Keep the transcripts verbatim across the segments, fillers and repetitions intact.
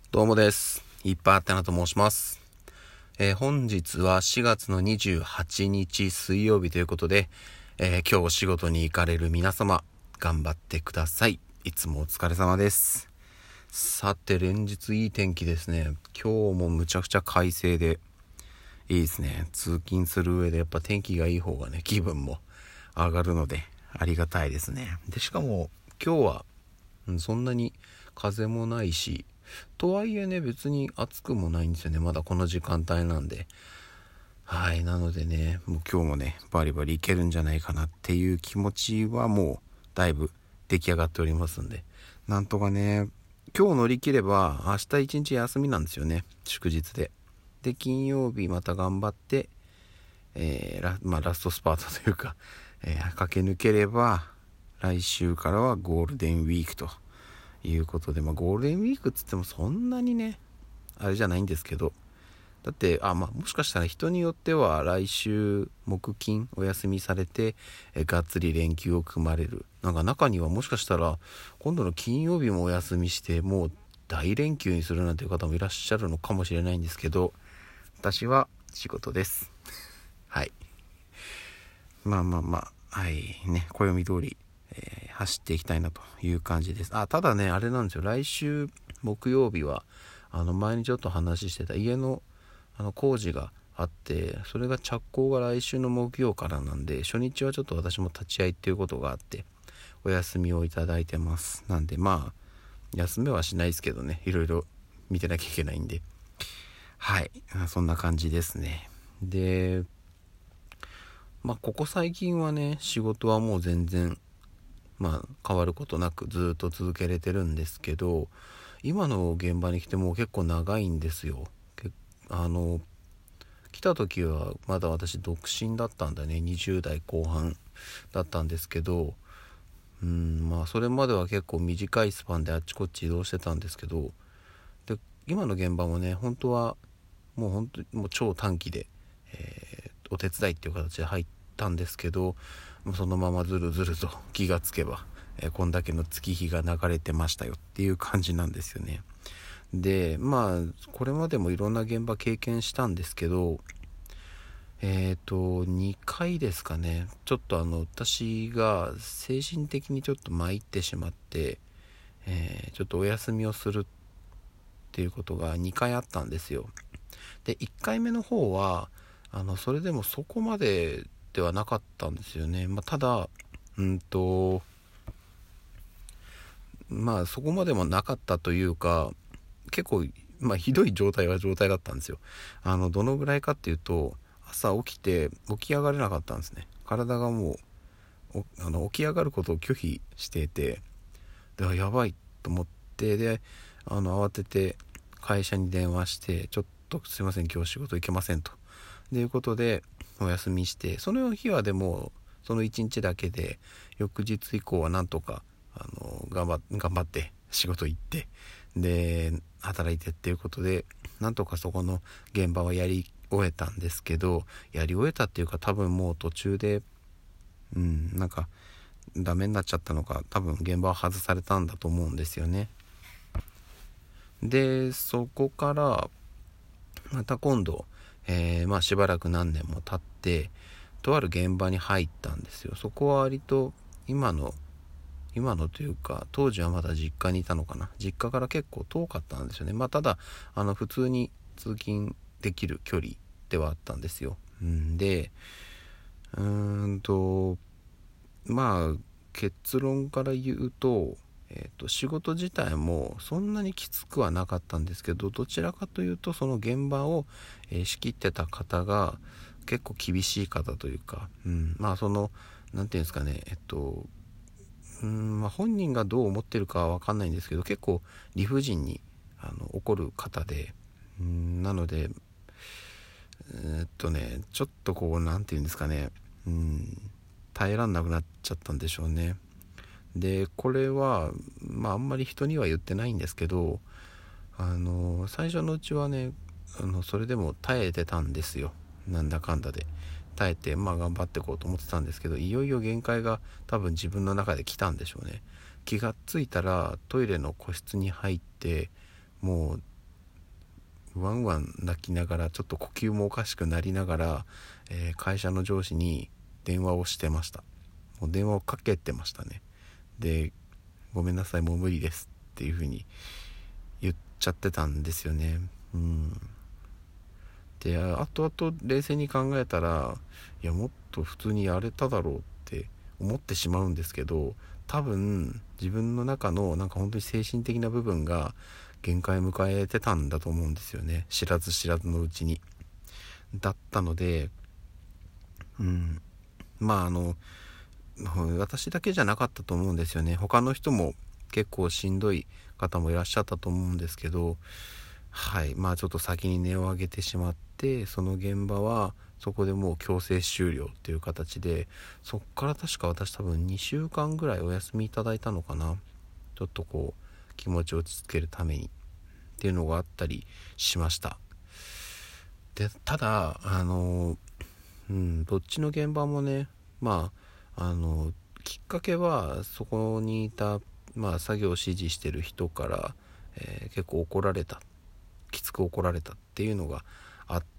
どうもです。いっぱいあったなと申します。えー、本日はしがつのにじゅうはちにち水曜日ということで、えー、今日お仕事に行かれる皆様、頑張ってください。いつもお疲れ様です。さて、連日いい天気ですね。今日もむちゃくちゃ快晴で、いいですね。通勤する上でやっぱ天気がいい方がね、気分も上がるので、ありがたいですね。で、しかも今日は、うん、そんなに風もないし、とはいえね、別に暑くもないんですよね。まだこの時間帯なんで。はい。なのでね、もう今日もね、バリバリいけるんじゃないかなっていう気持ちはもうだいぶ出来上がっておりますんで。なんとかね、今日乗り切れば明日一日休みなんですよね。祝日で。で、金曜日また頑張って、えー、ラ, まあ、ラストスパートというか、えー、駆け抜ければ、来週からはゴールデンウィークと。いうことで、まあ、ゴールデンウィークっつってもそんなにねあれじゃないんですけど、だってあ、まあ、もしかしたら人によっては来週木金お休みされてえがっつり連休を組まれる、なんか中にはもしかしたら今度の金曜日もお休みしてもう大連休にするなんていう方もいらっしゃるのかもしれないんですけど、私は仕事ですはい。まあまあまあはいね、暦通りえー、走っていきたいなという感じです。あ、ただね、あれなんですよ。来週木曜日はあの前にちょっと話してた家のあの工事があって、それが着工が来週の木曜からなんで、初日はちょっと私も立ち会いっていうことがあってお休みをいただいてます。なんでまあ休めはしないですけどね、いろいろ見てなきゃいけないんで、はい、そんな感じですね。で、まあここ最近はね、仕事はもう全然まあ変わることなくずっと続けれてるんですけど、今の現場に来ても結構長いんですよ。あの来た時はまだ私独身だったんだね。にじゅう代後半だったんですけど、うんまあそれまでは結構短いスパンであっちこっち移動してたんですけど、で今の現場もね、本当はもう本当にもう超短期で、えー、お手伝いっていう形で入ったんですけど、そのままずるずると気がつけば、えー、こんだけの月日が流れてましたよっていう感じなんですよね。でまあこれまでもいろんな現場経験したんですけど、えっとにかいですかね、ちょっとあの私が精神的にちょっと参ってしまって、えー、ちょっとお休みをするっていうことがにかいあったんですよ。でいっかいめの方はあのそれでもそこまでではなかったんですよね。まあ、ただうんとまあそこまでもなかったというか、結構まあひどい状態は状態だったんですよ。あのどのぐらいかっていうと、朝起きて起き上がれなかったんですね。体がもうあの起き上がることを拒否していて、でやばいと思って、であの慌てて会社に電話して、ちょっとすいません今日仕事行けませんということでお休みして、その日はでもそのいちにちだけで、翌日以降はなんとかあの頑張頑張って仕事行ってで働いてっていうことで、なんとかそこの現場はやり終えたんですけど、やり終えたっていうか多分もう途中でうんなんかダメになっちゃったのか、多分現場を外されたんだと思うんですよね。でそこからまた今度、えー、まあしばらく何年も経ってとある現場に入ったんですよ。そこは割と今の今のというか当時はまだ実家にいたのかな、実家から結構遠かったんですよね。まあただあの普通に通勤できる距離ではあったんですよ。んでうーんとまあ結論から言うと、えーと、仕事自体もそんなにきつくはなかったんですけど、どちらかというとその現場を、えー、仕切ってた方が結構厳しい方というか、うん、まあそのなんていうんですかね、えっとうんまあ、本人がどう思ってるかは分かんないんですけど、結構理不尽にあの怒る方で、うんなのでえー、っとねちょっとこうなんていうんですかね、うん耐えらんなくなっちゃったんでしょうね。でこれはまああんまり人には言ってないんですけど、あの最初のうちはね、あのそれでも耐えてたんですよ。なんだかんだで耐えて、まあ頑張っていこうと思ってたんですけど、いよいよ限界が多分自分の中で来たんでしょうね。気がついたらトイレの個室に入って、もうワンワン泣きながらちょっと呼吸もおかしくなりながら、えー、会社の上司に電話をしてました。もう電話をかけてましたね。で、ごめんなさい、もう無理ですっていう風に言っちゃってたんですよね。うんで、後々冷静に考えたら、いやもっと普通にやれただろうって思ってしまうんですけど、多分自分の中のなんか本当に精神的な部分が限界迎えてたんだと思うんですよね、知らず知らずのうちに。だったので、うんまああの私だけじゃなかったと思うんですよね。他の人も結構しんどい方もいらっしゃったと思うんですけど、はいまあちょっと先に音を上げてしまって、その現場はそこでもう強制終了っていう形で、そっから確か私多分にしゅうかんぐらいお休みいただいたのかな。ちょっとこう気持ちを落ち着けるためにっていうのがあったりしました。でただあのうんどっちの現場もね、まああのきっかけはそこにいた、まあ、作業を指示してる人から、えー結構怒られたきつく怒られたっていうのがあって、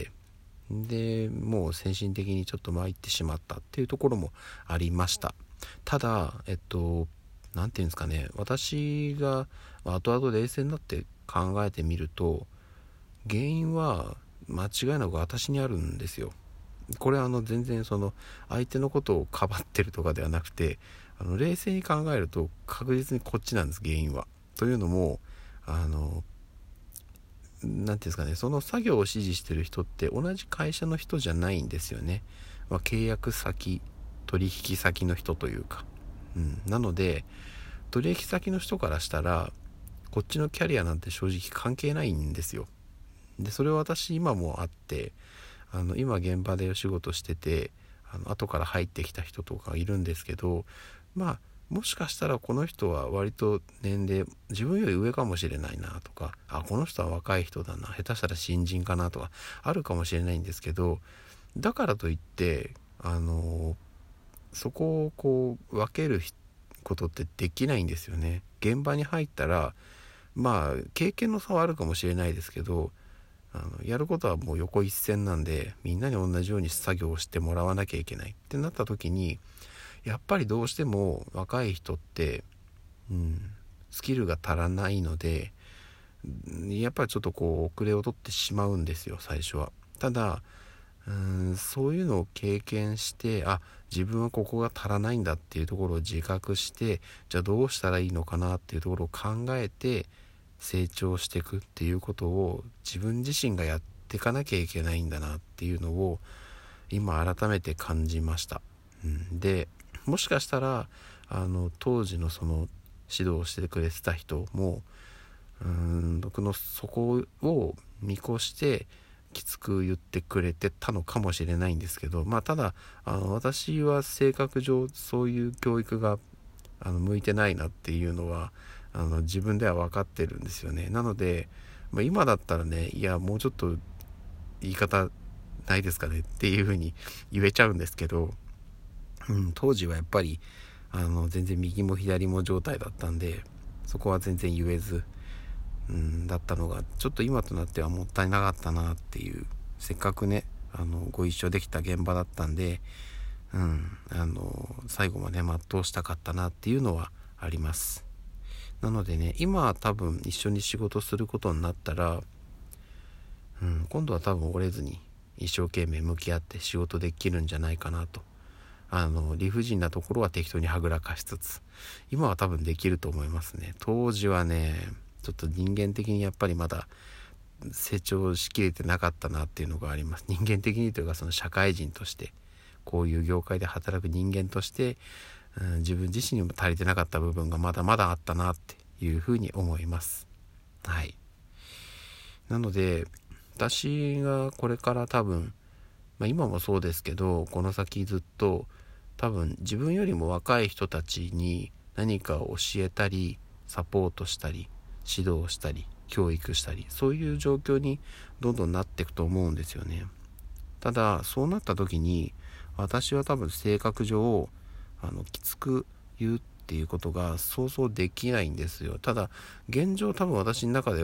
でもう精神的にちょっと参ってしまったっていうところもありました。ただえっとなんていうんですかね、私が後々冷静になって考えてみると、原因は間違いなく私にあるんですよ。これはあの全然その相手のことをかばってるとかではなくて、あの冷静に考えると確実にこっちなんです、原因は。というのもあのなんていうんですかね、その作業を指示してる人って同じ会社の人じゃないんですよね。まあ、契約先取引先の人というか、うん、なので取引先の人からしたらこっちのキャリアなんて正直関係ないんですよ。でそれは私今もあって、あの今現場でお仕事してて、あの後から入ってきた人とかいるんですけど、まあもしかしたらこの人は割と年齢自分より上かもしれないなとか、あこの人は若い人だな、下手したら新人かなとかあるかもしれないんですけど、だからといってあのそこをこう分けることってできないんですよね。現場に入ったらまあ経験の差はあるかもしれないですけど、あのやることはもう横一線なんで、みんなに同じように作業をしてもらわなきゃいけないってなった時に、やっぱりどうしても若い人って、うん、スキルが足らないので、やっぱりちょっとこう遅れを取ってしまうんですよ、最初は。ただうーんそういうのを経験して、あ自分はここが足らないんだっていうところを自覚して、じゃあどうしたらいいのかなっていうところを考えて成長していくっていうことを自分自身がやっていかなきゃいけないんだなっていうのを今改めて感じました。うん、でもしかしたらあの当時のその指導をしてくれてた人もうーん僕のそこを見越してきつく言ってくれてたのかもしれないんですけど、まあただあの私は性格上そういう教育があの向いてないなっていうのはあの自分では分かってるんですよね。なので、まあ、今だったらね、いやもうちょっと言い方ないですかねっていう風に言えちゃうんですけど、うん、当時はやっぱりあの全然右も左も状態だったんで、そこは全然言えず、うん、だったのがちょっと今となってはもったいなかったなっていう、せっかくねあのご一緒できた現場だったんで、うん、あの最後まで全うしたかったなっていうのはあります。なのでね、今は多分一緒に仕事することになったら、うん、今度は多分折れずに一生懸命向き合って仕事できるんじゃないかなと。あの理不尽なところは適当にはぐらかしつつ、今は多分できると思いますね。当時はねちょっと人間的にやっぱりまだ成長しきれてなかったなっていうのがあります。人間的にというか、その社会人としてこういう業界で働く人間として、うん、自分自身にも足りてなかった部分がまだまだあったなっていうふうに思います。はい。なので私がこれから多分、まあ、今もそうですけど、この先ずっと多分自分よりも若い人たちに何かを教えたりサポートしたり指導したり教育したり、そういう状況にどんどんなっていくと思うんですよね。ただそうなった時に私は多分性格上あのきつく言うっていうことが想像できないんですよ。ただ現状多分私の中では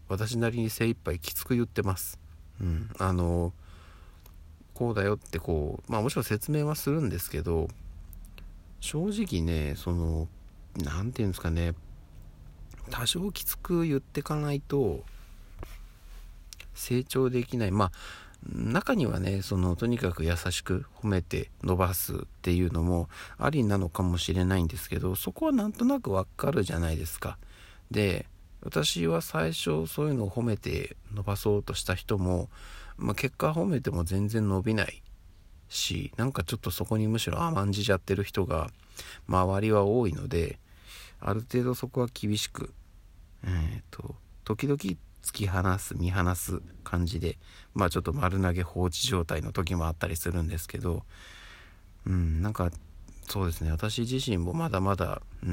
私なりに精一杯きつく言ってます。うん、あのこうだよってこうまあもちろん説明はするんですけど、正直ねそのなんていうんですかね、多少きつく言ってかないと成長できない。まあ中にはねそのとにかく優しく褒めて伸ばすっていうのもありなのかもしれないんですけど、そこはなんとなくわかるじゃないですか。で私は最初そういうのを褒めて伸ばそうとした人も、まあ、結果褒めても全然伸びないし、なんかちょっとそこにむしろ甘んじちゃってる人が周りは多いので、ある程度そこは厳しく、えーと時々突き放す見放す感じで、まあちょっと丸投げ放置状態の時もあったりするんですけど、うんなんかそうですね、私自身もまだまだ、うん、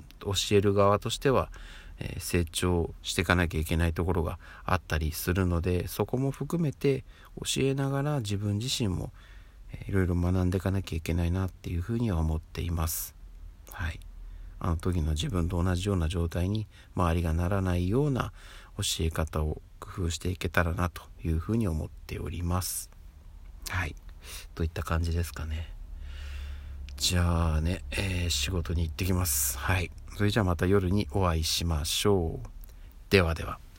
教える側としては、えー成長していかなきゃいけないところがあったりするので、そこも含めて教えながら自分自身も、えーいろいろ学んでいかなきゃいけないなっていうふうには思っています。はい。あの時の自分と同じような状態に周りがならないような教え方を工夫していけたらなというふうに思っております。はい。といった感じですかね。じゃあね、えー仕事に行ってきます。はい。それじゃあまた夜にお会いしましょう。ではでは。